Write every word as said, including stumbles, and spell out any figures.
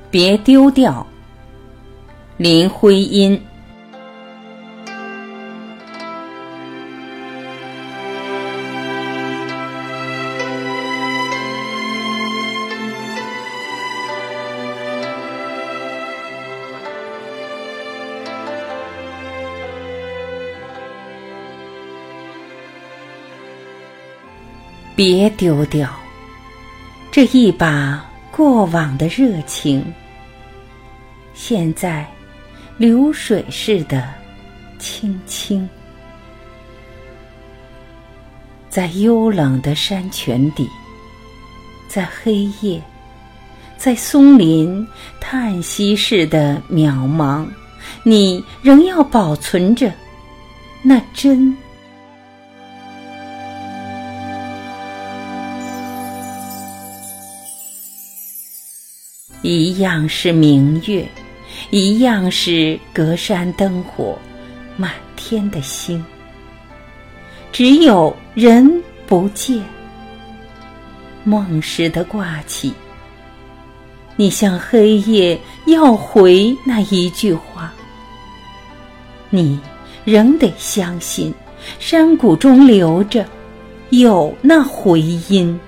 别丢掉，林徽因。别丢掉这一把过往的热情，现在流水似的轻轻，在幽冷的山泉底，在黑夜，在松林叹息似的渺茫，你仍要保存着那真。一样是明月，一样是隔山灯火，满天的星，只有人不见。梦似的挂起，你向黑夜要回那一句话，你仍得相信，山谷中留着有那回音。